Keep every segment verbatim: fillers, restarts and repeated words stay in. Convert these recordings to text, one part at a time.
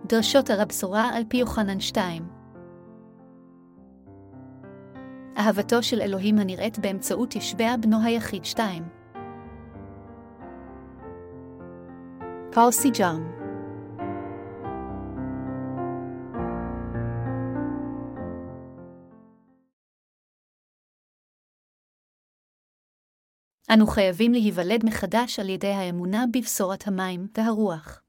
דרשות על הבשורה על פי יוחנן שתיים. אהבתו של אלוהים הנראית באמצעות ישבע בנו היחיד שתיים. פאול סי ג'אם. אנו חייבים להיוולד מחדש על ידי האמונה בבשורת המים והרוח.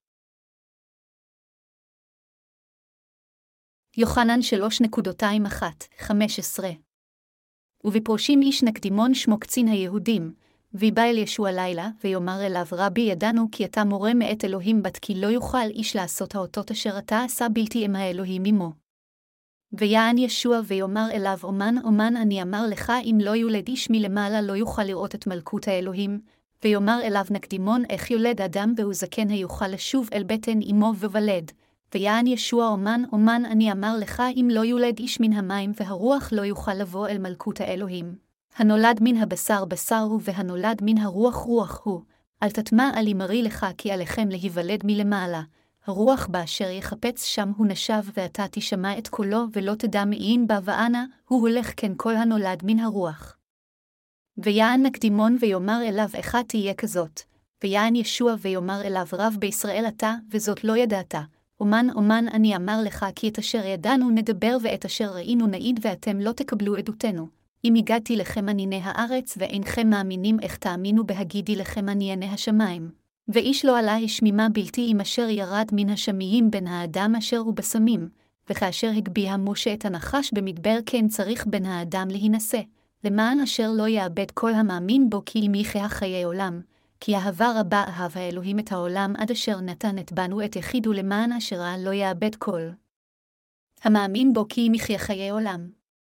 יוחנן שלוש אחת חמש עשרה. ובפרושים איש נקדימון שמו קצין היהודים, ויבא אל ישוע לילה, ויאמר אליו, רבי, ידענו כי אתה מורה מאת אלוהים בת כי לא יוכל איש לעשות האותות אשר אתה עשה בלתי אם האלוהים עמו. ויען ישוע ויאמר אליו, אומן אומן אני אמר לך, אם לא יולד איש מלמעלה לא יוכל לראות את מלכות האלוהים. ויאמר אליו נקדימון, איך יולד אדם והוא זקן היוכל לשוב אל בטן אמו וולד. ויען ישוע, אומן אומן אני אמר לך, אם לא יולד איש מן המים והרוח לא יוכל לבוא אל מלכות האלוהים. הנולד מן הבשר בשר הוא, והנולד מן הרוח רוח הוא. אל תטמע על אמרי לך כי עליכם להיוולד מלמעלה. הרוח באשר יחפץ שם הוא נשב, ואתה תשמע את קולו ולא תדע מאין בא ואנה, הוא הולך כן כל הנולד מן הרוח. ויען נקדימון ויאמר אליו, איך תהיה כזאת? ויען ישוע ויאמר אליו, רב בישראל אתה, וזאת לא ידעת. אומן אומן אני אמר לך כי את אשר ידענו נדבר ואת אשר ראינו נעיד ואתם לא תקבלו עדותנו. אם הגעתי לכם עניני הארץ ואינכם מאמינים, איך תאמינו בהגידי לכם ענייני השמיים? ואיש לא עלה השמימה בלתי אם אשר ירד מן השמיים בן האדם אשר הוא בסמים, וכאשר הגביה משה את הנחש במדבר כן צריך בן האדם להינשא, למען אשר לא יאבד כל המאמין בו כי אם יחיה חיי עולם. כי אהבה רבה אהב האלוהים את העולם עד אשר נתן את בנו את יחידו למען אשר לא יאבד כל המאמין בו כי אם יחיה חיי עולם.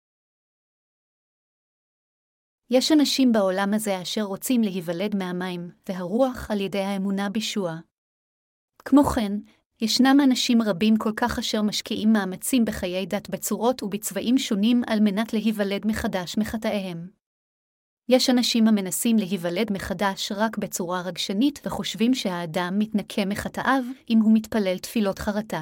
יש אנשים בעולם הזה אשר רוצים להיוולד מהמים והרוח על ידי האמונה בישוע. כמו כן, ישנם אנשים רבים כל כך אשר משקיעים מאמצים בחיי דת בצורות ובצבעים שונים על מנת להיוולד מחדש מחטאיהם. יש אנשים המנסים להיוולד מחדש רק בצורה רגשנית וחושבים שהאדם מתנקה מחטאיו אם הוא מתפלל תפילות חרטה.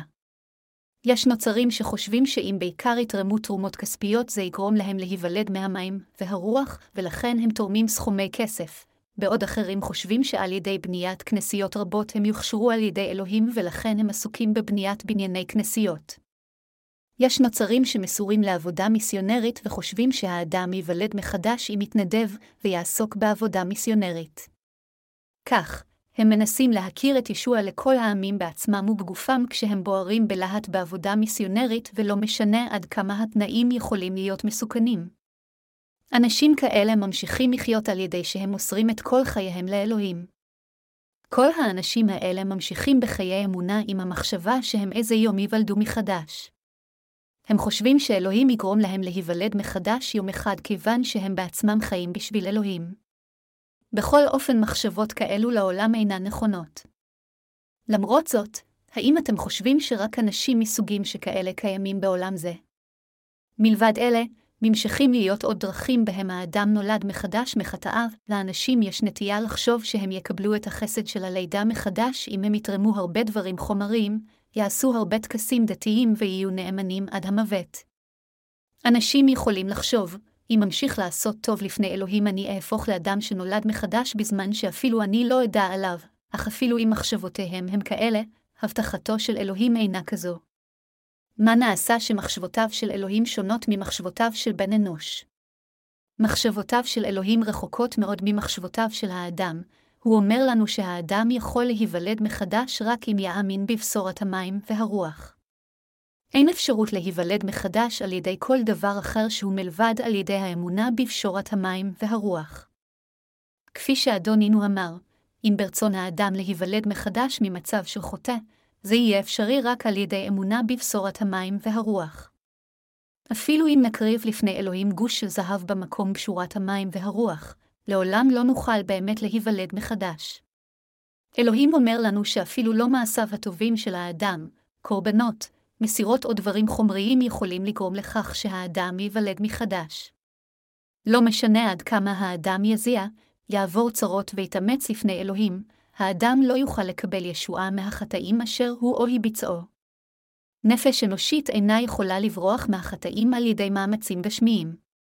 יש נוצרים שחושבים שאם בעיקר יתרמו תרומות כספיות זה יגרום להם להיוולד מהמים והרוח, ולכן הם תורמים סכומי כסף. בעוד אחרים חושבים שעל ידי בניית כנסיות רבות הם יוכשרו על ידי אלוהים ולכן הם עסוקים בבניית בנייני כנסיות. יש נוצרים שמסורים לעבודה מיסיונרית וחושבים שהאדם ייוולד מחדש אם יתנדב ויעסוק בעבודה מיסיונרית. כך, הם מנסים להכיר את ישוע לכל העמים בעצמם ובגופם כשהם בוערים בלהט בעבודה מיסיונרית ולא משנה עד כמה התנאים יכולים להיות מסוכנים. אנשים כאלה ממשיכים לחיות על ידי שהם מוסרים את כל חייהם לאלוהים. כל האנשים האלה ממשיכים בחיי אמונה עם המחשבה שהם איזה יום ייוולדו מחדש. הם חושבים שאלוהים יגרום להם להיוולד מחדש יום אחד כיוון שהם בעצמם חיים בשביל אלוהים. בכל אופן מחשבות כאלו לעולם אינן נכונות. למרות זאת, האם אתם חושבים שרק אנשים מסוגים שכאלה קיימים בעולם זה? מלבד אלה, ממשיכים להיות עוד דרכים בהם האדם נולד מחדש מחטאיו. לאנשים יש נטייה לחשוב שהם יקבלו את החסד של הלידה מחדש אם הם יתרמו הרבה דברים חומריים, יעשו הרבה טקסים דתיים ויהיו נאמנים עד המוות. אנשים יכולים לחשוב, אם ממשיך לעשות טוב לפני אלוהים אני אהפוך לאדם שנולד מחדש בזמן שאפילו אני לא אדע עליו, אך אפילו אם מחשבותיהם הם כאלה, הבטחתו של אלוהים אינה כזו. מה נעשה שמחשבותיו של אלוהים שונות ממחשבותיו של בן אנוש? מחשבותיו של אלוהים רחוקות מאוד ממחשבותיו של האדם. הוא אומר לנו שהאדם יכול להיוולד מחדש רק אם יאמין בבשורת המים והרוח. אין אפשרות להיוולד מחדש על ידי כל דבר אחר שהוא מלבד על ידי האמונה בבשורת המים והרוח. כפי שאדונינו אמר, אם ברצון האדם להיוולד מחדש ממצב של חוטא, זה יהיה אפשרי רק על ידי אמונה בבשורת המים והרוח. אפילו אם נקריב לפני אלוהים גוש של זהב במקום בשורת המים והרוח, לעולם לא נוכל באמת להיוולד מחדש. אלוהים אומר לנו שאפילו לא מעשיו הטובים של האדם, קורבנות, מסירות או דברים חומריים יכולים לגרום לכך שהאדם ייוולד מחדש. לא משנה עד כמה האדם יזיע, יעבור צרות ויתאמץ לפני אלוהים, האדם לא יוכל לקבל ישועה מהחטאים אשר הוא או היא ביצעו. נפש אנושית אינה יכולה לברוח מהחטאים על ידי מאמצים גשמיים.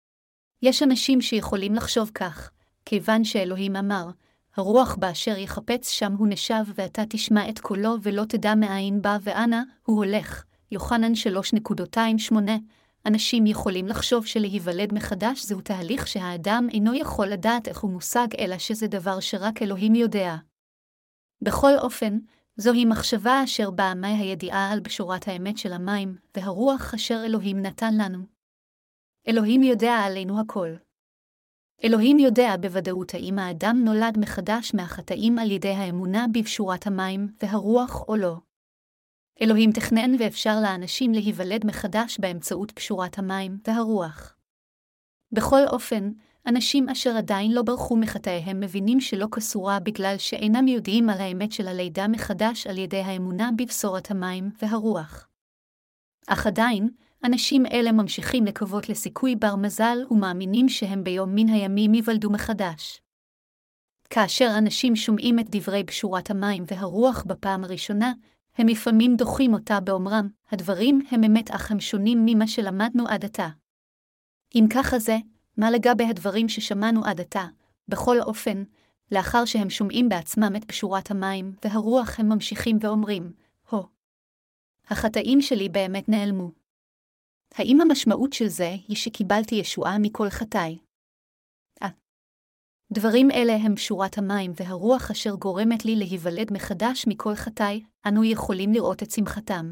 יש אנשים שיכולים לחשוב כך, כיוון שאלוהים אמר, הרוח באשר יחפץ שם הוא נשב ואתה תשמע את קולו ולא תדע מאין בא ואנה הוא הולך. יוחנן שלוש שמונה. אנשים יכולים לחשוב שלהיוולד מחדש זהו תהליך שהאדם אינו יכול לדעת איך הוא מושג, אלא שזה דבר שרק אלוהים יודע. בכל אופן, זוהי מחשבה אשר באה מהידיעה על בשורת האמת של המים והרוח אשר אלוהים נתן לנו. אלוהים יודע עלינו הכל. אלוהים יודע בוודאות האם האדם נולד מחדש מהחטאים על ידי האמונה בבשורת המים והרוח או לא. אלוהים תכנן ואפשר לאנשים להיוולד מחדש באמצעות בשורת המים והרוח. בכל אופן, אנשים אשר עדיין לא ברחו מחטאיהם מבינים שלא כסורה בגלל שאינם יודעים על האמת של הלידה מחדש על ידי האמונה בבשורת המים והרוח. אך עדיין, אנשים אלה ממשיכים לקוות לסיכוי בר מזל ומאמינים שהם ביום מן הימים ייוולדו מחדש. כאשר אנשים שומעים את דברי בשורת המים והרוח בפעם הראשונה, הם לפעמים דוחים אותה באומרם, הדברים הם אמת אך הם שונים ממה שלמדנו עד עתה. אם ככה זה, מה לגבי הדברים ששמענו עד עתה? בכל אופן, לאחר שהם שומעים בעצמם את בשורת המים והרוח הם ממשיכים ואומרים, הו, החטאים שלי באמת נעלמו. האם המשמעות של זה היא שקיבלתי ישועה מכל חטאי? אה. דברים אלה הם בשורת המים והרוח אשר גורמת לי להיוולד מחדש מכל חטאי, אנו יכולים לראות את שמחתם.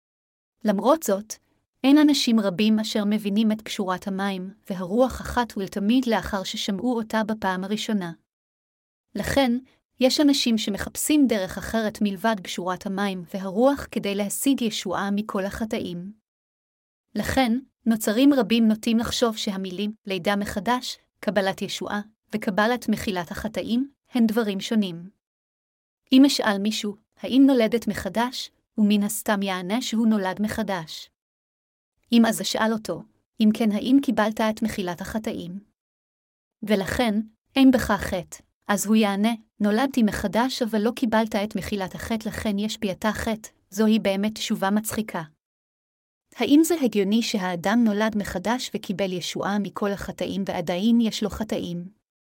למרות זאת, אין אנשים רבים אשר מבינים את בשורת המים והרוח אחת ולתמיד לאחר ששמעו אותה בפעם הראשונה. לכן, יש אנשים שמחפשים דרך אחרת מלבד בשורת המים והרוח כדי להשיג ישועה מכל החטאים. לכן, נוצרים רבים נוטים לחשוב שהמילים לידה מחדש, קבלת ישועה וקבלת מחילת החטאים הן דברים שונים. אם אשאל מישהו, האם נולדת מחדש, ומן הסתם יענה שהוא נולד מחדש. אם אז אשאל אותו, אם כן האם קיבלת את מחילת החטאים? ולכן, אין בך חטא, אז הוא יענה, נולדתי מחדש אבל לא קיבלת את מחילת החטא לכן יש בי אתה חטא, זוהי באמת תשובה מצחיקה. האם זה הגיוני שהאדם נולד מחדש וקיבל ישועה מכל החטאים ועדיין יש לו חטאים?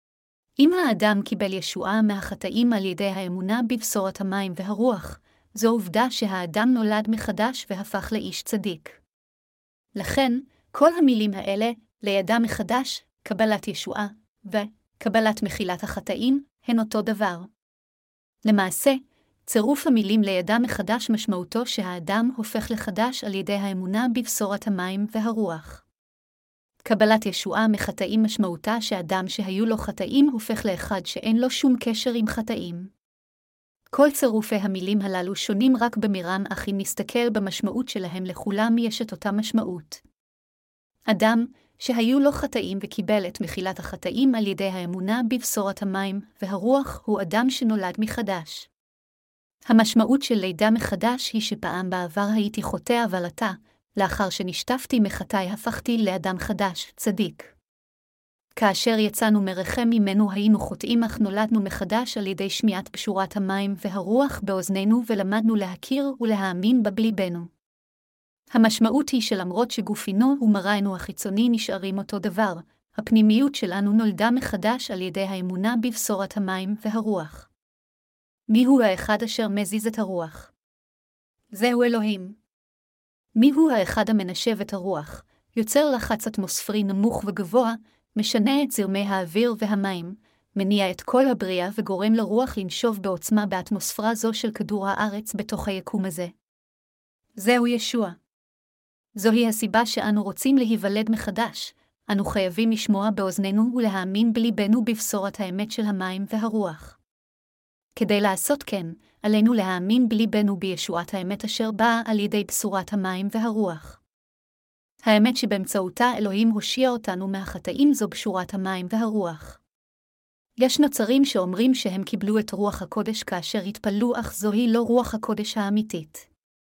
אם האדם קיבל ישועה מהחטאים על ידי האמונה בבשורת המים והרוח, זו עובדה שהאדם נולד מחדש והפך לאיש צדיק. לכן, כל המילים האלה, לידה מחדש, קבלת ישועה, וקבלת מחילת החטאים, הן אותו דבר. למעשה, צירוף המילים לידה מחדש משמעותו שהאדם הופך לחדש על ידי האמונה בבשורת המים והרוח. קבלת ישועה מחטאים משמעותה שאדם שהיו לו חטאים הופך לאחד שאין לו שום קשר עם חטאים. כל צירופי המילים הללו שונים רק במירם, אך אם נסתכל במשמעות שלהם לכולם יש את אותה משמעות. אדם שהיו לו חטאים וקיבל את מחילת החטאים על ידי האמונה בבשורת המים והרוח הוא אדם שנולד מחדש. המשמעות של לידה מחדש היא שפעם בעבר הייתי חוטא אבל עתה, לאחר שנשטפתי מחטאי הפכתי לאדם חדש, צדיק. כאשר יצאנו מרחם ממנו היינו חוטאים אך נולדנו מחדש על ידי שמיעת בשורת המים והרוח באוזנינו ולמדנו להכיר ולהאמין בליבנו. המשמעות היא שלמרות שגופינו ומראינו החיצוני נשארים אותו דבר, הפנימיות שלנו נולדה מחדש על ידי האמונה בבשורת המים והרוח. מיהו האחד אשר מזיז את הרוח? זהו אלוהים. מיהו האחד המנשב את הרוח, יוצר לחץ אטמוספרי נמוך וגבוה, משנה את זרמי האוויר והמים, מניע את כל הבריאה וגורם לרוח לנשוב בעוצמה באטמוספירה זו של כדור הארץ בתוך היקום הזה. זהו ישוע. זוהי הסיבה שאנו רוצים להיוולד מחדש, אנו חייבים לשמוע באוזנינו ולהאמין בליבנו בבשורת האמת של המים והרוח. כדי לעשות כן, עלינו להאמין בליבנו בישועת האמת אשר באה על ידי בשורת המים והרוח. האמת שבאמצעותה אלוהים הושיע אותנו מהחטאים זו בשורת המים והרוח. יש נוצרים שאומרים שהם קיבלו את רוח הקודש כאשר התפללו, אך זוהי לא רוח הקודש האמיתית.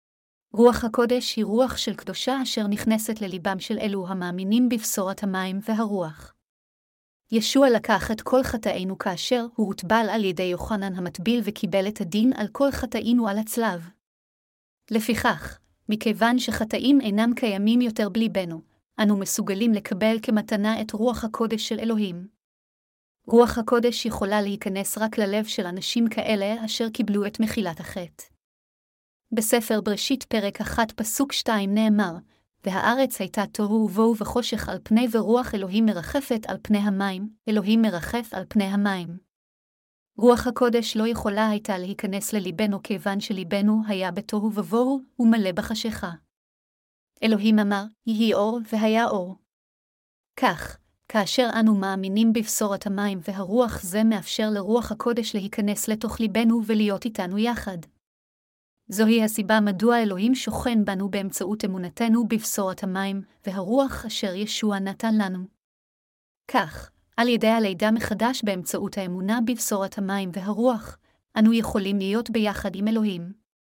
רוח הקודש היא רוח של קדושה אשר נכנסת לליבם של אלו המאמינים בבשורת המים והרוח. ישוע לקח את כל חטאינו כאשר הוא הוטבל על ידי יוחנן המטביל וקיבל את הדין על כל חטאינו על הצלב. לפיכך, מכיוון שחטאים אינם קיימים יותר בליבנו, אנו מסוגלים לקבל כמתנה את רוח הקודש של אלוהים. רוח הקודש יכולה להיכנס רק ללב של אנשים כאלה אשר קיבלו את מחילת החטא. בספר בראשית פרק אחת פסוק שתיים נאמר, והארץ הייתה תוהו ובוהו וחושך על פני ורוח אלוהים מרחפת על פני המים, אלוהים מרחף על פני המים. רוח הקודש לא יכולה הייתה להיכנס לליבנו כיוון שליבנו היה בתוהו ובוהו ומלא בחשיכה. אלוהים אמר, יהי אור והיה אור. כך, כאשר אנו מאמינים בבשורת המים והרוח זה מאפשר לרוח הקודש להיכנס לתוך ליבנו ולהיות איתנו יחד. זוהי הסיבה מדוע אלוהים שוכן בנו באמצעות אמונתנו בבשורת המים והרוח אשר ישוע נתן לנו. כך, על ידי הלידה מחדש באמצעות האמונה בבשורת המים והרוח, אנו יכולים להיות ביחד עם אלוהים.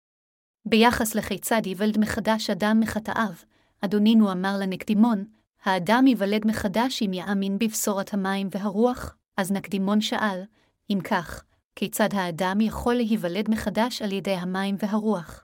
ביחס לכיצד ייוולד מחדש אדם מחטאיו, אדונינו אמר לנקדימון, האדם ייוולד מחדש אם יאמין בבשורת המים והרוח, אז נקדימון שאל, אם כך, כיצד האדם יכול להיוולד מחדש על ידי המים והרוח?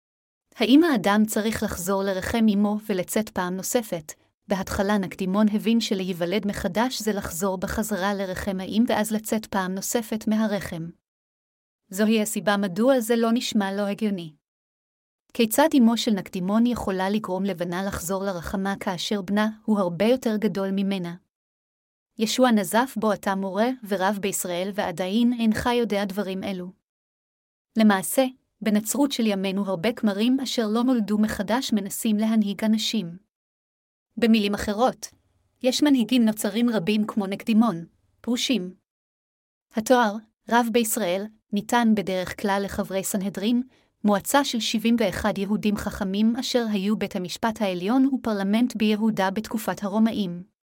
האם האדם צריך לחזור לרחם אמו ולצאת פעם נוספת? בהתחלה נקדימון הבין שלהיוולד מחדש זה לחזור בחזרה לרחם האם ואז לצאת פעם נוספת מהרחם. זוהי הסיבה מדוע זה לא נשמע לא הגיוני. כיצד אמו של נקדימון יכולה לגרום לבנה לחזור לרחמה כאשר בנה הוא הרבה יותר גדול ממנה? ישוע נזף בו אתה מורה ורב בישראל ועדיין אינך יודע דברים אלו. למעשה, בנצרות של ימינו הרבה כמרים אשר לא נולדו מחדש מנסים להנהיג אנשים. במילים אחרות, יש מנהיגים נוצרים רבים כמו נקדימון, פרושים. התואר, רב בישראל, ניתן בדרך כלל לחברי סנהדרין, מועצה של שבעים ואחד יהודים חכמים אשר היו בית המשפט העליון ופרלמנט ביהודה בתקופת הרומאים.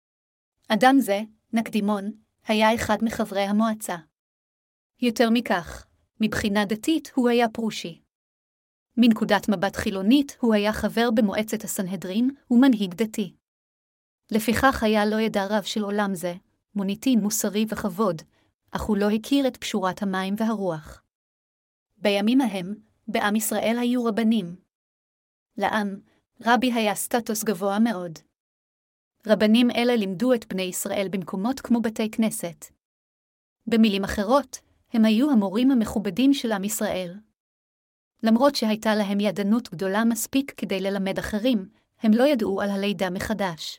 אדם זה, נקדימון, היה אחד מחברי המועצה. יותר מכך, מבחינה דתית הוא היה פרושי. מנקודת מבט חילונית הוא היה חבר במועצת הסנהדרין ומנהיג דתי. לפיכך היה לא ידע רב של עולם זה, מוניטין מוסרי וכבוד, אך הוא לא הכיר את פשורת המים והרוח. בימים ההם, בעם ישראל היו רבנים. לעם, רבי היה סטטוס גבוה מאוד. רבנים אלה לימדו את בני ישראל במקומות כמו בתי כנסת. במילים אחרות, הם היו המורים המכובדים של עם ישראל. למרות שהייתה להם ידענות גדולה מספיק כדי ללמד אחרים, הם לא ידעו על הלידה מחדש.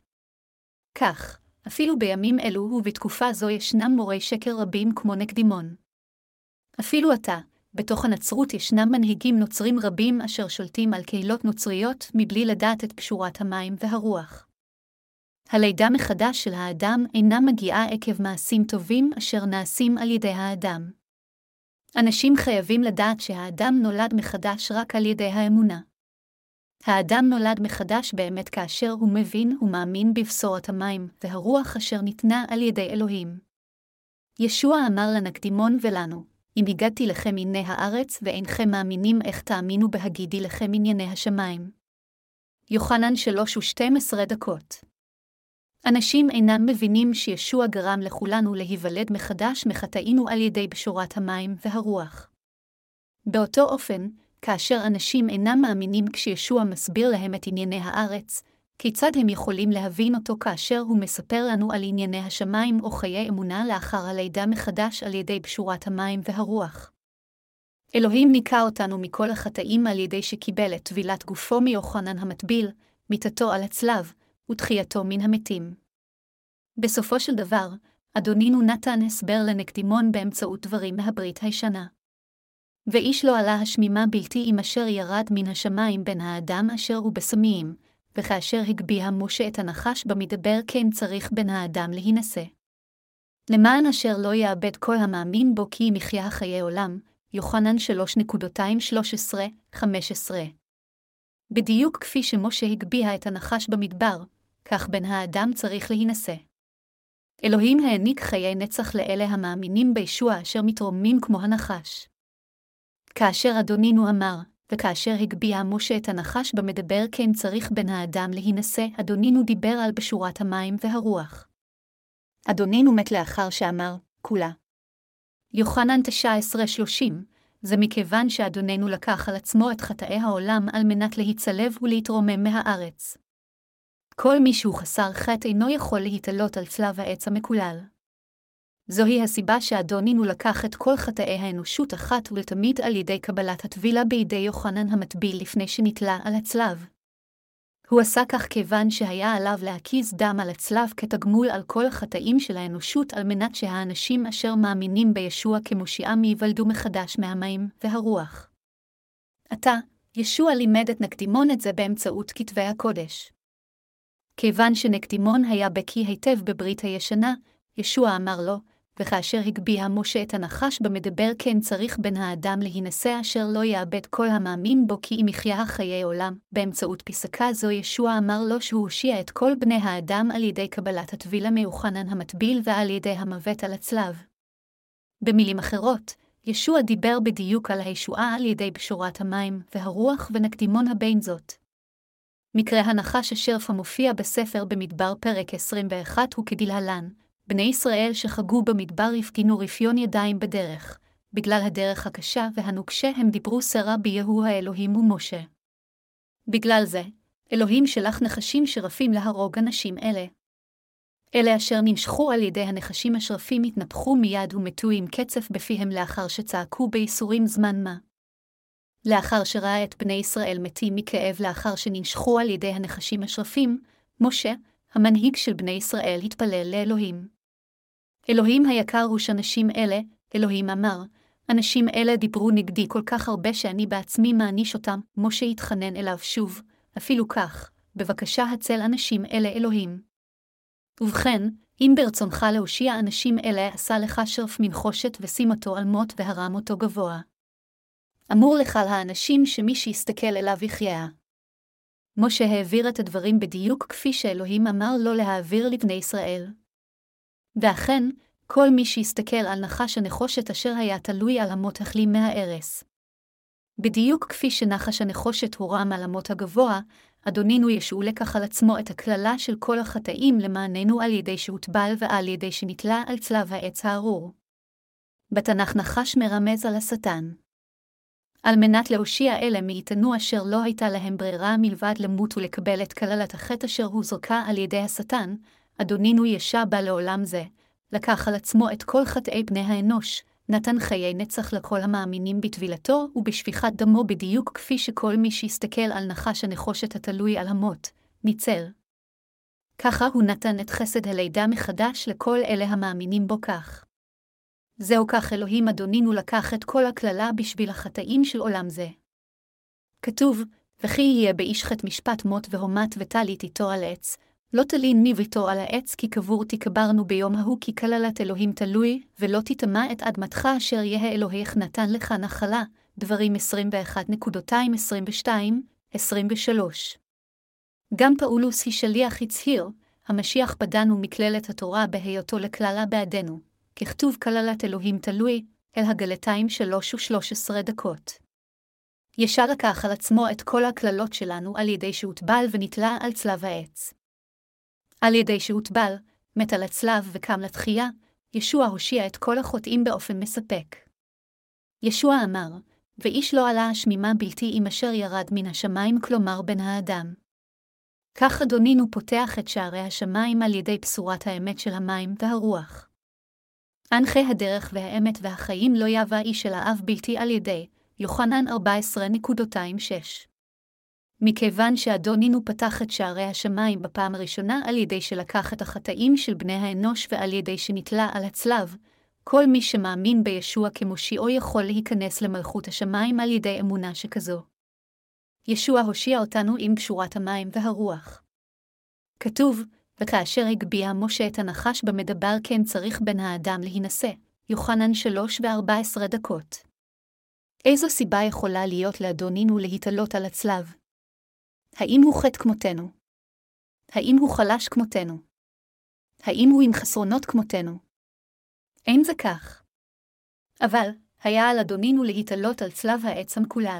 כך, אפילו בימים אלו ובתקופה זו ישנם מורי שקר רבים כמו נקדימון. אפילו עתה, בתוך הנצרות ישנם מנהיגים נוצרים רבים אשר שולטים על קהילות נוצריות מבלי לדעת את פשורת המים והרוח. הלידה מחדש של האדם אינה מגיעה עקב מעשים טובים אשר נעשים על ידי האדם. אנשים חייבים לדעת שהאדם נולד מחדש רק על ידי האמונה. האדם נולד מחדש באמת כאשר הוא מבין ומאמין בבשורת המים והרוח אשר ניתנה על ידי אלוהים. ישוע אמר לנקדימון ולנו, אם הגדתי לכם ענייני הארץ ואינכם מאמינים איך תאמינו בהגידי לכם ענייני השמיים. יוחנן שלוש ושתים עשרה דקות. אנשים אינם מבינים שישוע גרם לכולנו להיוולד מחדש מחטאינו על ידי בשורת המים והרוח. באותו אופן, כאשר אנשים אינם מאמינים כשישוע מסביר להם את ענייני הארץ, כיצד הם יכולים להבין אותו כאשר הוא מספר לנו על ענייני השמיים או חיי אמונה לאחר הלידה מחדש על ידי בשורת המים והרוח? אלוהים ניקה אותנו מכל החטאים על ידי שקיבל את טבילת גופו מיוחנן המטביל, מיתתו על הצלב, ותחייתו מן המתים. בסופו של דבר, אדונינו נתן הסבר לנקדימון באמצעות דברים מהברית הישנה. ואיש לא עלה השמימה בלתי עם אשר ירד מן השמיים בין האדם אשר הוא בסמיים, וכאשר הגביה משה את הנחש במדבר כן צריך בין האדם להינשא. למען אשר לא יאבד כל המאמין בו כי מחיה חיי עולם, יוחנן שלוש שלוש עשרה חמש עשרה. בדיוק כפי שמשה הגביה את הנחש במדבר, כך בן האדם צריך להינשא. אלוהים העניק חיי נצח לאלה המאמינים בישוע אשר מתרוממים כמו הנחש. כאשר אדונינו אמר, וכאשר הגביה משה את הנחש במדבר כן צריך בן האדם להינשא, אדונינו דיבר על בשורת המים והרוח. אדונינו מת לאחר שאמר, כולה. יוחנן תשע עשרה שלושים, זה מכיוון שאדוננו לקח על עצמו את חטאי העולם על מנת להצלב ולהתרומם מהארץ. כל מי שהוא חסר חטא אינו יכול להתעלות על צלב העץ המקולל. זוהי הסיבה שאדוננו לקח את כל חטאי האנושות אחת ולתמיד על ידי קבלת הטבילה בידי יוחנן המטביל לפני שנתלה על הצלב. הוא עשה כך כיוון שהיה עליו להקיז דם על הצלב כתגמול על כל החטאים של האנושות על מנת שהאנשים אשר מאמינים בישוע כמושיעם ייוולדו מחדש מהמים והרוח. עתה, ישוע לימד את נקדימון את זה באמצעות כתבי הקודש. כיוון שנקדימון היה בקי היטב בברית הישנה, ישוע אמר לו, וכאשר הגביה משה את הנחש במדבר כן צריך בן האדם להינשא אשר לא יאבד כל המאמין בו כי אם יחיה חיי עולם. באמצעות פסקה זו ישוע אמר לו שהוא הושיע את כל בני האדם על ידי קבלת הטבילה מיוחנן המטביל ועל ידי המוות על הצלב. במילים אחרות, ישוע דיבר בדיוק על הישועה על ידי בשורת המים והרוח ונקדימון הבין זאת. מקרה הנחש אשר מופיע בספר במדבר פרק עשרים ואחת הוא כדלהלן. בני ישראל שחגו במדבר הפגינו רפיון ידיים בדרך. בגלל הדרך הקשה והנוקשה הם דיברו סרה ביהו האלוהים ומשה. בגלל זה, אלוהים שלח נחשים שרפים להרוג אנשים אלה. אלה אשר נמשכו על ידי הנחשים השרפים התנפחו מיד ומתו עם קצף בפיהם לאחר שצעקו בייסורים זמן מה. לאחר שראה את בני ישראל מתים מכאב לאחר שננשכו על ידי הנחשים השרפים, משה, המנהיג של בני ישראל, התפלל לאלוהים. אלוהים היקר הוא שאנשים אלה, אלוהים אמר, אנשים אלה דיברו נגדי כל כך הרבה שאני בעצמי מעניש אותם. משה התחנן אליו שוב, אפילו כך, בבקשה הצל אנשים אלה אלוהים. ובכן, אם ברצונך להושיע אנשים אלה, עשה לך שרף מנחושת ושים אותו על מות והרם אותו גבוה. אמור לך לאנשים שמי שיסתכל אליו יחיה. משה העביר את הדברים בדיוק כפי שאלוהים אמר לו להעביר לבני ישראל. ואכן, כל מי שיסתכל על נחש הנחושת אשר היה תלוי על המות החלים מהארס. בדיוק כפי שנחש הנחושת הורם על המות הגבוה, אדונינו ישוע לקח על עצמו את הכללה של כל החטאים למעננו על ידי שהוטבל ועל ידי שנתלה על צלב העץ הארור. בתנ"ך נחש מרמז על השטן. על מנת להושיע אלה מאיתנו אשר לא הייתה להם ברירה מלבד למות ולקבל את כללת החטא אשר הוזרקה על ידי השטן, אדונינו ישוע בא לעולם זה, לקח על עצמו את כל חטאי בני האנוש, נתן חיי נצח לכל המאמינים בטבילתו ובשפיכת דמו בדיוק כפי שכל מי שיסתכל על נחש הנחושת התלוי על המות, ניצל. ככה הוא נתן את חסד הלידה מחדש לכל אלה המאמינים בו כך. זהו כך אלוהים אדונינו לקח את כל הכללה בשביל החטאים של עולם זה. כתוב, וכי יהיה באיש חטא משפט מות והומת ותלית איתו על עץ, לא תלין ניב איתו על העץ כי קבור תקברנו ביום ההוא כי כללת אלוהים תלוי, ולא תטמא את אדמתך אשר יהא אלוהיך נתן לך נחלה, דברים עשרים ואחת עשרים ושתיים עשרים ושלוש. גם פאולוס השליח הצהיר, המשיח בדנו מכללת התורה בהיותו לכללה בעדנו. ככתוב כללת אלוהים תלוי, אל הגלתיים שלוש ושלוש עשרה דקות. ישר לקח על עצמו את כל הכללות שלנו על ידי שהוטבל ונתלה על צלב העץ. על ידי שהוטבל, מת על הצלב וקם לתחייה, ישוע הושיע את כל החוטאים באופן מספק. ישוע אמר, ואיש לא עלה השמימה בלתי אם אשר ירד מן השמיים כלומר בן האדם. כך אדונינו פותח את שערי השמיים על ידי בשורת האמת של המים והרוח. אנכי הדרך והאמת והחיים לא יבא איש אל האב בלתי על ידי, יוחנן ארבע עשרה שש. מכיוון שאדונינו פתח את שערי השמיים בפעם הראשונה על ידי שלקח את החטאים של בני האנוש ועל ידי שנתלה על הצלב, כל מי שמאמין בישוע כמושיעו יכול להיכנס למלכות השמיים על ידי אמונה שכזו. ישוע הושיע אותנו עם בשורת המים והרוח. כתוב, וכאשר הגביה משה את הנחש במדבר כן צריך בן האדם להינשא, יוחנן שלוש וארבע עשרה דקות. איזו סיבה יכולה להיות לאדונינו להתעלות על הצלב? האם הוא חטא כמותנו? האם הוא חלש כמותנו? האם הוא עם חסרונות כמותנו? אין זה כך. אבל, היה על אדונינו להתעלות על צלב העץ המקולל.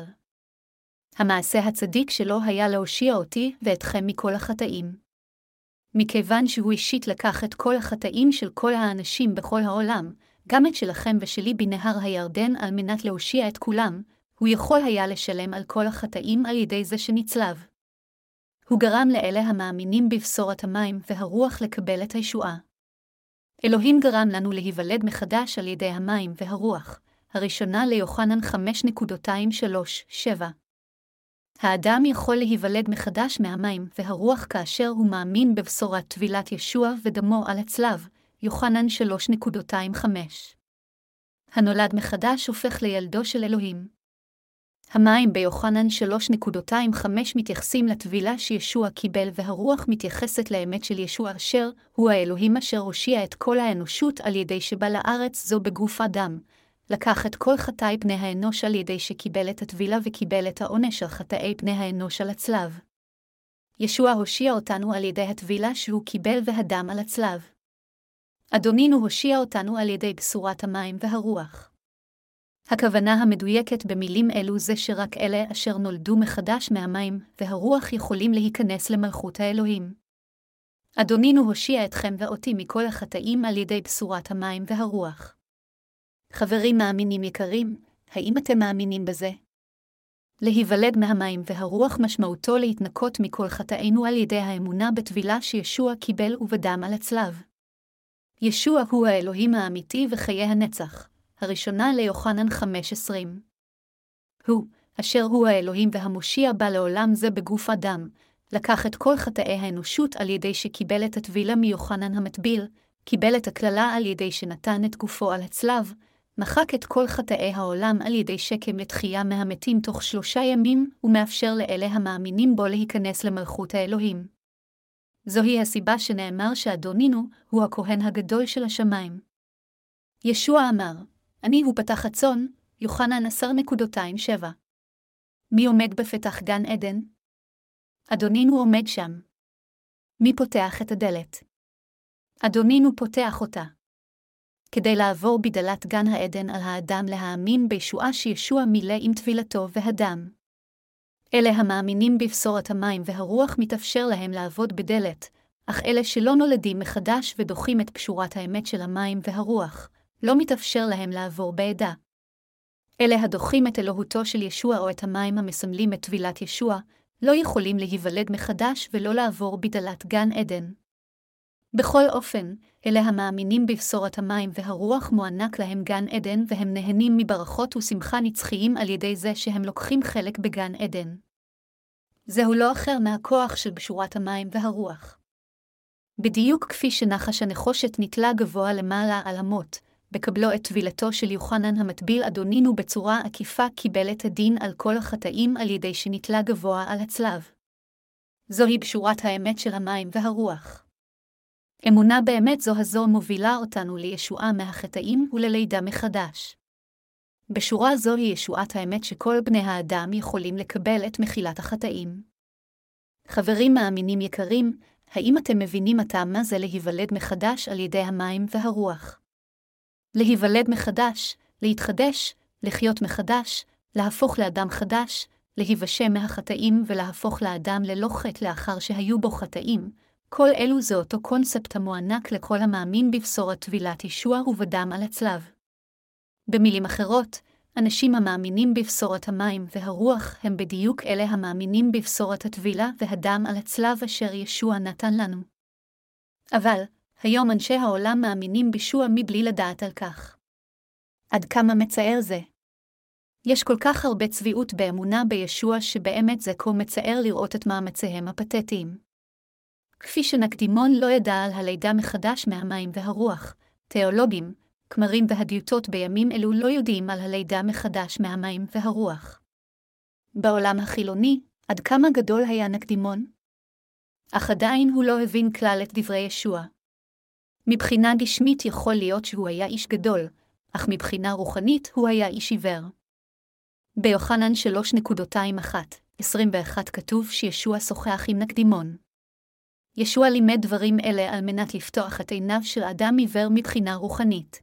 המעשה הצדיק שלו היה להושיע אותי ואתכם מכל החטאים. מכיוון שהוא אישית לקח את כל החטאים של כל האנשים בכל העולם, גם את שלכם ושלי בנהר הירדן על מנת להושיע את כולם, הוא יכול היה לשלם על כל החטאים על ידי זה שנצלב. הוא גרם לאלה המאמינים בבשורת המים והרוח לקבל את הישועה. אלוהים גרם לנו להיוולד מחדש על ידי המים והרוח, הראשונה ליוחנן חמש שלושים ושבע. האדם יכול להיוולד מחדש מהמים והרוח כאשר הוא מאמין בבשורת טבילת ישוע ודמו על הצלב, יוחנן שלוש חמש. הנולד מחדש הופך לילדו של אלוהים. המים ביוחנן שלוש חמש מתייחסים לטבילה שישוע קיבל והרוח מתייחסת לאמת של ישוע אשר הוא האלוהים אשר הושיע את כל האנושות על ידי שבא לארץ זו בגוף אדם, לקח את כל חטאי פני האנוש על ידי שקיבל את הטבילה וקיבל את העונש על חטאי פני האנוש על הצלב. ישוע הושיע אותנו על ידי הטבילה שהוא קיבל והדם על הצלב. אדונינו הושיע אותנו על ידי בשורת המים והרוח. הכוונה המדויקת במילים אלו זה שרק אלה אשר נולדו מחדש מהמים והרוח יכולים להיכנס למלכות האלוהים. אדונינו הושיע אתכם ואותי מכל החטאים על ידי בשורת המים והרוח. חברים מאמינים יקרים, האם אתם מאמינים בזה? להיוולד מהמים והרוח משמעותו להתנקות מכל חטאינו על ידי האמונה בטבילה שישוע קיבל ובדם על הצלב. ישוע הוא האלוהים האמיתי וחיי הנצח, הראשונה ליוחנן חמש עשרים. הוא, אשר הוא האלוהים והמושיע בא לעולם זה בגוף אדם, לקח את כל חטאי האנושות על ידי שקיבל את הטבילה מיוחנן המטביל, קיבל את הכללה על ידי שנתן את גופו על הצלב, מחק את כל חטאי העולם על ידי שקם לתחייה מהמתים תוך שלושה ימים, ומאפשר לאלה המאמינים בו להיכנס למלכות האלוהים. זוהי הסיבה שנאמר שאדונינו הוא הכהן הגדול של השמיים. ישוע אמר, אני הוא פתח הצאן, יוחנן עשר שבע. מי עומד בפתח גן עדן? אדונינו עומד שם. מי פותח את הדלת? אדונינו פותח אותה. כדי לעבור בדלת גן העדן על האדם להאמין בישועה שישוע מילא עם טבילתו והדם. אלה המאמינים בבשורת המים והרוח מתאפשר להם לעבוד בדלת, אך אלה שלא נולדים מחדש ודוחים את פשורת האמת של המים והרוח, לא מתאפשר להם לעבור בעדה. אלה הדוחים את אלוהותו של ישוע או את המים המסמלים את טבילת ישוע, לא יכולים להיוולד מחדש ולא לעבור בדלת גן עדן. בכל אופן, אלה המאמינים בבשורת המים והרוח מוענק להם גן עדן והם נהנים מברכות ושמחה נצחיים על ידי זה שהם לוקחים חלק בגן עדן. זהו לא אחר מהכוח של בשורת המים והרוח. בדיוק כפי שנחש הנחושת נתלה גבוה למעלה על המות, בקבלו את טבילתו של יוחנן המטביל אדונינו בצורה עקיפה קיבל את הדין על כל החטאים על ידי שנתלה גבוה על הצלב. זוהי בשורת האמת של המים והרוח. אמונה באמת זו הזו מובילה אותנו לישועה מהחטאים וללידה מחדש. בשורה זו היא ישועת האמת שכל בני האדם יכולים לקבל את מחילת החטאים. חברים מאמינים יקרים, האם אתם מבינים עתה מה זה להיוולד מחדש על ידי המים והרוח? להיוולד מחדש, להתחדש, לחיות מחדש, להפוך לאדם חדש, להיוושע מהחטאים ולהפוך לאדם ללא חטא לאחר שהיו בו חטאים, כל אלו זה אותו קונספט המוענק לכל המאמין בבשורת טבילת ישוע ובדם על הצלב. במילים אחרות, אנשים המאמינים בבשורת המים והרוח הם בדיוק אלה המאמינים בבשורת הטבילה והדם על הצלב אשר ישוע נתן לנו. אבל, היום אנשי העולם מאמינים בישוע מבלי לדעת על כך. עד כמה מצער זה? יש כל כך הרבה צביעות באמונה בישוע שבאמת זה כה מצער לראות את מאמציהם הפתטיים. כפי שנקדימון לא ידע על הלידה מחדש מהמים והרוח, תיאולוגים, כמרים והדיוטות בימים אלו לא יודעים על הלידה מחדש מהמים והרוח. בעולם החילוני, עד כמה גדול היה נקדימון? אך עדיין הוא לא הבין כלל את דברי ישוע. מבחינה גשמית יכול להיות שהוא היה איש גדול, אך מבחינה רוחנית הוא היה איש עיוור. ביוחנן שלוש עשרים ואחת כתוב שישוע שוחח עם נקדימון. ישוע לימד דברים אלה על מנת לפתוח את עיניו של אדם עיוור מבחינה רוחנית.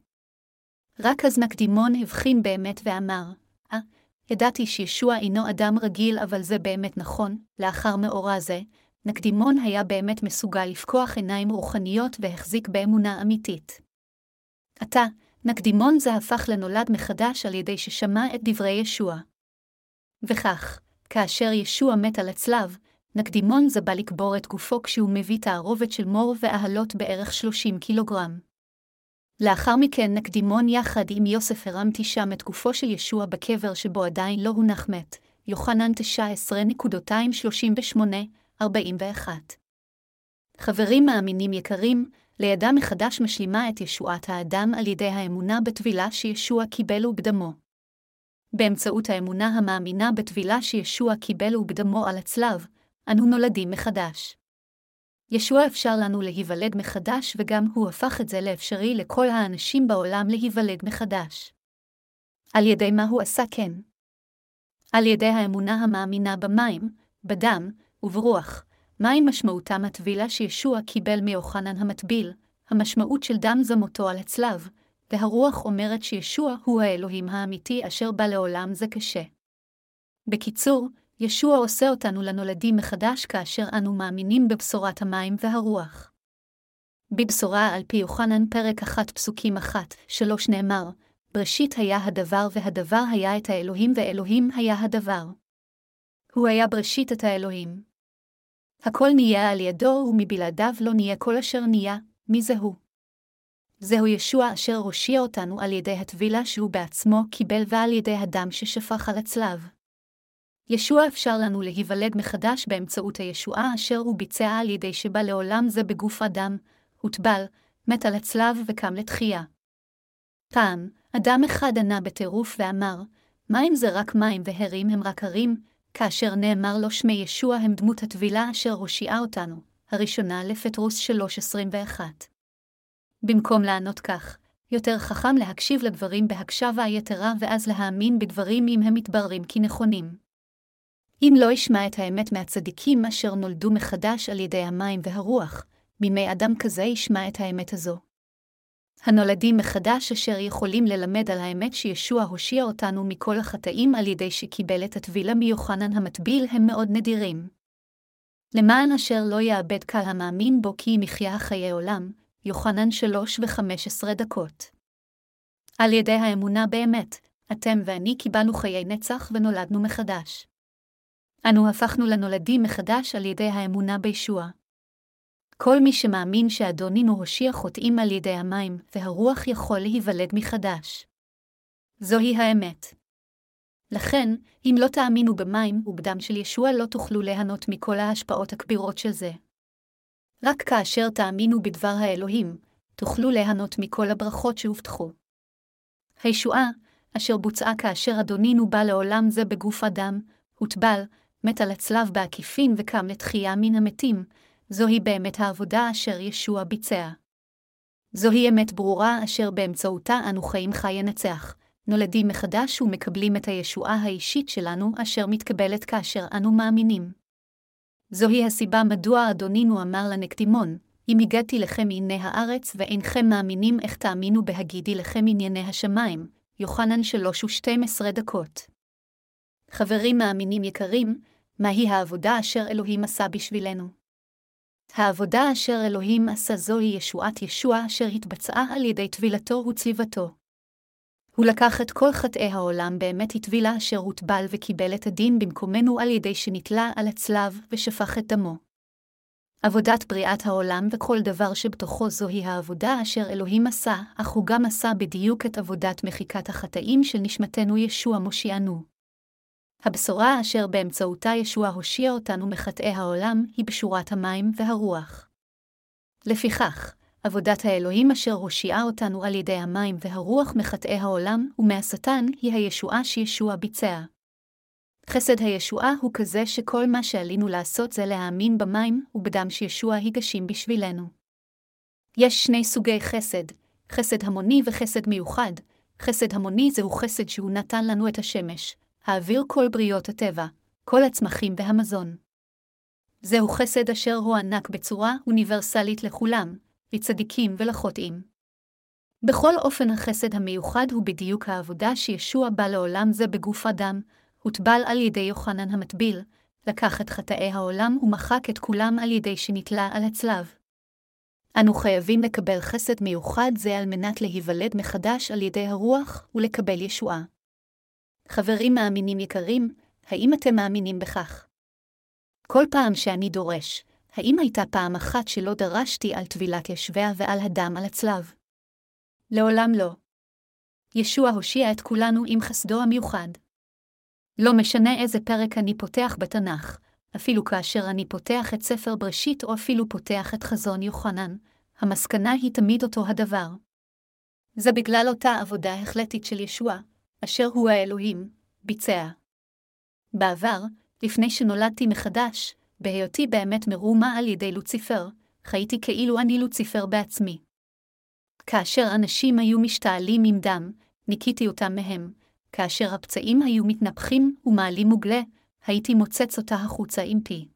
רק אז נקדימון הבחין באמת ואמר, אה, ידעתי שישוע אינו אדם רגיל אבל זה באמת נכון, לאחר מאורע זה, נקדימון היה באמת מסוגל לפקוח עיניים רוחניות והחזיק באמונה אמיתית. עתה, נקדימון זה הפך לנולד מחדש על ידי ששמע את דברי ישוע. וכך, כאשר ישוע מת על הצלב, נקדימון זה בא לקבור את גופו כשהוא מביא תערובת של מור ואהלות בערך שלושים קילוגרם. לאחר מכן נקדימון יחד עם יוסף הרמתי שם את גופו של ישוע בקבר שבו עדיין לא הונח מת, יוחנן תשע עשרה שלושים ושמונה ארבעים ואחת. חברים מאמינים יקרים, לידה מחדש משלימה את ישועת האדם על ידי האמונה בטבילה שישוע קיבל ובדמו. באמצעות האמונה המאמינה בטבילה שישוע קיבל ובדמו על הצלב, אנו נולדים מחדש. ישוע אפשר לנו להיוולד מחדש וגם הוא הפך את זה לאפשרי לכל האנשים בעולם להיוולד מחדש. על ידי מה הוא עשה כן? על ידי האמונה המאמינה במים, בדם וברוח. מהי משמעותם הטבילה שישוע קיבל מיוחנן המטביל? המשמעות של דם זה מותו על הצלב, והרוח אומרת שישוע הוא האלוהים האמיתי אשר בא לעולם זה קשה. בקיצור, ישוע עושה אותנו לנולדים מחדש כאשר אנו מאמינים בבשורת המים והרוח. בבשורה על פי יוחנן פרק אחת פסוקים אחת, שלוש נאמר, בראשית היה הדבר והדבר היה את האלוהים ואלוהים היה הדבר. הוא היה בראשית את האלוהים. הכל נהיה על ידו ומבלעדיו לא נהיה כל אשר נהיה, מי זהו? זהו ישוע אשר הושיע אותנו על ידי הטבילה שהוא בעצמו קיבל ועל ידי הדם ששפך על הצלב. ישוע אפשר לנו להיוולד מחדש באמצעות הישועה אשר הוא ביצע על ידי שבא לעולם זה בגוף אדם, הוטבל, מת על הצלב וקם לתחייה. פעם, אדם אחד ענה בטירוף ואמר, מה אם זה רק מים והרים הם רק הרים, כאשר נאמר לו שמי ישוע הם דמות הטבילה אשר הושיעה אותנו, הראשונה לפטרוס שלוש עשרים ואחת. במקום לענות כך, יותר חכם להקשיב לדברים בהקשבה יתרה ואז להאמין בדברים אם הם מתבררים כנכונים. אם לא ישמע את האמת מהצדיקים אשר נולדו מחדש על ידי המים והרוח, מימי אדם כזה ישמע את האמת הזו. הנולדים מחדש אשר יכולים ללמד על האמת שישוע הושיע אותנו מכל החטאים על ידי שקיבל את הטבילה מיוחנן המטביל הם מאוד נדירים. למען אשר לא יאבד קהל המאמין בו כי מחיה חיי עולם, יוחנן שלוש וחמש עשרה דקות. על ידי האמונה באמת, אתם ואני קיבלנו חיי נצח ונולדנו מחדש. אנו הפכנו לנולדים מחדש על ידי האמונה בישוע. כל מי שמאמין שאדונינו הושיע חוטאים על ידי המים והרוח יכול להיוולד מחדש. זוהי האמת. לכן, אם לא תאמינו במים ובדם של ישוע לא תוכלו ליהנות מכל ההשפעות הכבירות של זה. רק כאשר תאמינו בדבר האלוהים, תוכלו ליהנות מכל הברכות שהובטחו. הישועה, אשר בוצעה כאשר אדונינו בא לעולם זה בגוף אדם, הוטבל, מת על הצלב בעקיפין וקם לתחייה מן המתים, זוהי באמת העבודה אשר ישוע ביצע. זוהי אמת ברורה אשר באמצעותה אנו חיים חי נצח, נולדים מחדש ומקבלים את הישועה האישית שלנו אשר מתקבלת כאשר אנו מאמינים. זוהי הסיבה מדוע אדונינו אמר לנקדימון, אם הגעתי לכם ענייני הארץ ואינכם מאמינים איך תאמינו בהגידי לכם ענייני השמיים, יוחנן שלוש ושתים עשרה דקות. חברים מאמינים יקרים, מהי העבודה אשר אלוהים עשה בשבילנו? העבודה אשר אלוהים עשה זוהי ישועת ישוע אשר התבצעה על ידי טבילתו וצליבתו. הוא לקח את כל חטאי העולם באמת הטבילה אשר הוטבל וקיבל את הדין במקומנו על ידי שנתלה על הצלב ושפך את דמו. עבודת בריאת העולם וכל דבר שבתוכו זוהי העבודה אשר אלוהים עשה, אך הוא גם עשה בדיוק את עבודת מחיקת החטאים של נשמתנו ישוע מושיענו. הבשורה אשר באמצעותה ישוע הושיע אותנו מחטאי העולם היא בשורת המים והרוח. לפיכך, עבודת האלוהים אשר הושיעה אותנו על ידי המים והרוח מחטאי העולם ומהשטן היא הישועה שישוע ביצע. חסד הישועה הוא כזה שכל מה שעלינו לעשות זה להאמין במים ובדם שישוע היגשים בשבילנו. יש שני סוגי חסד, חסד המוני וחסד מיוחד. חסד המוני זהו חסד שהוא נתן לנו את השמש, האוויר כל בריות הטבע, כל הצמחים והמזון. זהו חסד אשר הוענק בצורה אוניברסלית לכולם, לצדיקים ולחוטאים. בכל אופן החסד המיוחד הוא בדיוק העבודה שישוע בא לעולם זה בגוף אדם, הוטבל על ידי יוחנן המטביל, לקח את חטאי העולם ומחק את כולם על ידי שנתלה על הצלב. אנו חייבים לקבל חסד מיוחד זה על מנת להיוולד מחדש על ידי הרוח ולקבל ישועה. חברים מאמינים יקרים, האם אתם מאמינים בכך? כל פעם שאני דורש, האם הייתה פעם אחת שלא דרשתי על טבילת ישוע ועל הדם על הצלב? לעולם לא. ישוע הושיע את כולנו עם חסדו המיוחד. לא משנה איזה פרק אני פותח בתנ"ך, אפילו כאשר אני פותח את ספר בראשית או אפילו פותח את חזון יוחנן, המסקנה היא תמיד אותו הדבר. זה בגלל אותה עבודה החלטית של ישוע, אשר הוא האלוהים, ביצע. בעבר, לפני שנולדתי מחדש, בהיותי באמת מרומה על ידי לוציפר, חייתי כאילו אני לוציפר בעצמי. כאשר אנשים היו משתעלים עם דם, ניקיתי אותם מהם, כאשר הפצעים היו מתנפחים ומעלים מוגלה, הייתי מוצץ אותה החוצה עם פי.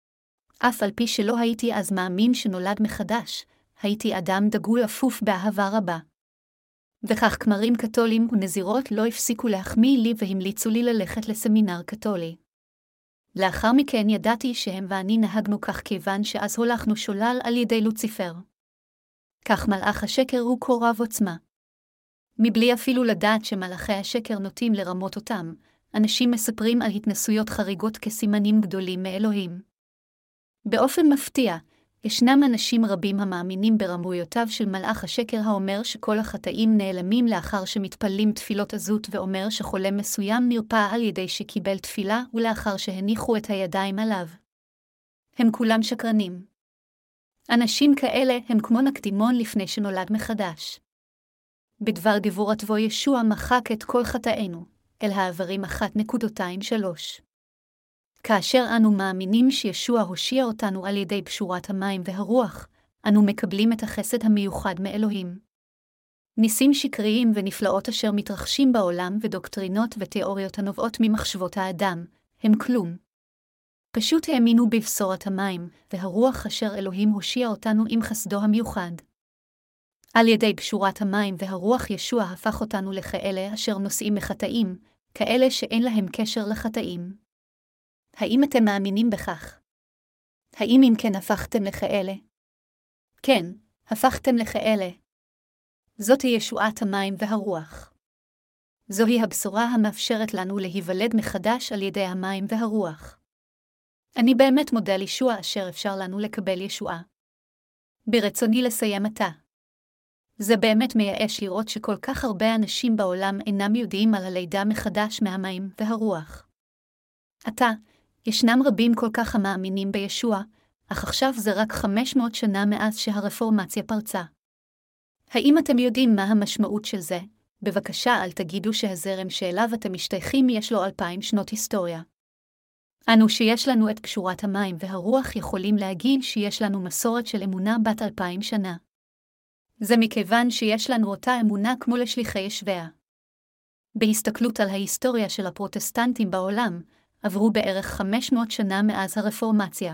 אף על פי שלא הייתי אז מאמין שנולד מחדש, הייתי אדם דגול אפוף באהבה רבה. וכך כמרים קתולים ונזירות לא הפסיקו להחמיא לי והמליצו לי ללכת לסמינר קתולי. לאחר מכן ידעתי שהם ואני נהגנו כך כיוון שאז הולכנו שולל על ידי לוציפר. כך מלאך השקר הוא כה רב עוצמה. מבלי אפילו לדעת שמלאכי השקר נוטים לרמות אותם, אנשים מספרים על התנסויות חריגות כסימנים גדולים מאלוהים. באופן מפתיע, ישנם אנשים רבים המאמינים ברמויותיו של מלאך השקר האומר שכל החטאים נעלמים לאחר שמתפללים תפילות עזות ואומר שחולה מסוים נרפא על ידי שקיבל תפילה ולאחר שהניחו את הידיים עליו. הם כולם שקרנים. אנשים כאלה הם כמו נקדימון לפני שנולד מחדש. בדבר דיבורתו ישוע מחק את כל חטאינו, אל העברים אחת נקודה שלוש. כאשר אנו מאמינים שישוע הושיע אותנו על ידי פשורת המים והרוח, אנו מקבלים את החסד המיוחד מאלוהים. ניסים שקריים ונפלאות אשר מתרחשים בעולם ודוקטרינות ותיאוריות הנובעות ממחשבות האדם, הם כלום. פשוט האמינו בבשורת המים והרוח אשר אלוהים הושיע אותנו עם חסדו המיוחד. על ידי פשורת המים והרוח ישוע הפך אותנו לכאלה אשר נושאים מחטאים, כאלה שאין להם קשר לחטאים. האם אתם מאמינים בכך? האם אם כן הפכתם לכאלה? כן, הפכתם לכאלה. זאת היא ישועת המים והרוח. זוהי הבשורה המאפשרת לנו להיוולד מחדש על ידי המים והרוח. אני באמת מודה לישוע אשר אפשר לנו לקבל ישועה. ברצוני לסיים עתה. זה באמת מייאש לראות שכל כך הרבה אנשים בעולם אינם יודעים על הלידה מחדש מהמים והרוח. עתה, ישנם רבים כל כך המאמינים בישוע, אך עכשיו זה רק חמש מאות שנה מאז שהרפורמציה פרצה. האם אתם יודעים מה המשמעות של זה? בבקשה אל תגידו שהזרם שאליו אתם משתייכים יש לו אלפיים שנות היסטוריה. אנו שיש לנו את פשורת המים והרוח יכולים להגיד שיש לנו מסורת של אמונה בת אלפיים שנה. זה מכיוון שיש לנו אותה אמונה כמו לשליחי ישוע. בהסתכלות על ההיסטוריה של הפרוטסטנטים בעולם, עברו בערך חמש מאות שנה מאז הרפורמציה.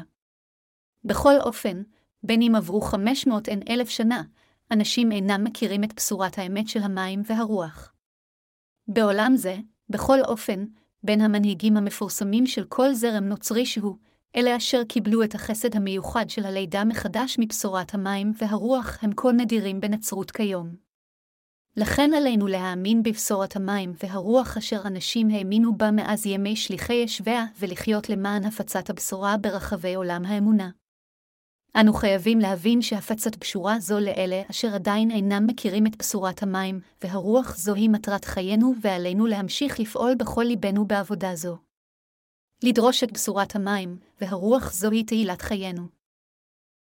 בכל אופן, בין אם עברו חמש מאות אין אלף שנה, אנשים אינם מכירים את בשורת האמת של המים והרוח. בעולם זה, בכל אופן, בין המנהיגים המפורסמים של כל זרם נוצרי שהוא, אלה אשר קיבלו את החסד המיוחד של הלידה מחדש מבשורת המים והרוח הם כה נדירים בנצרות כיום. לכן עלינו להאמין בבשורת המים והרוח אשר אנשים האמינו בה מאז ימי שליחי ישוע ולחיות למען הפצת הבשורה ברחבי עולם האמונה. אנו חייבים להבין שהפצת בשורה זו לאלה אשר עדיין אינם מכירים את בשורת המים והרוח זוהי מטרת חיינו ועלינו להמשיך לפעול בכל ליבנו בעבודה זו. לדרוש את בשורת המים והרוח זוהי תהילת חיינו.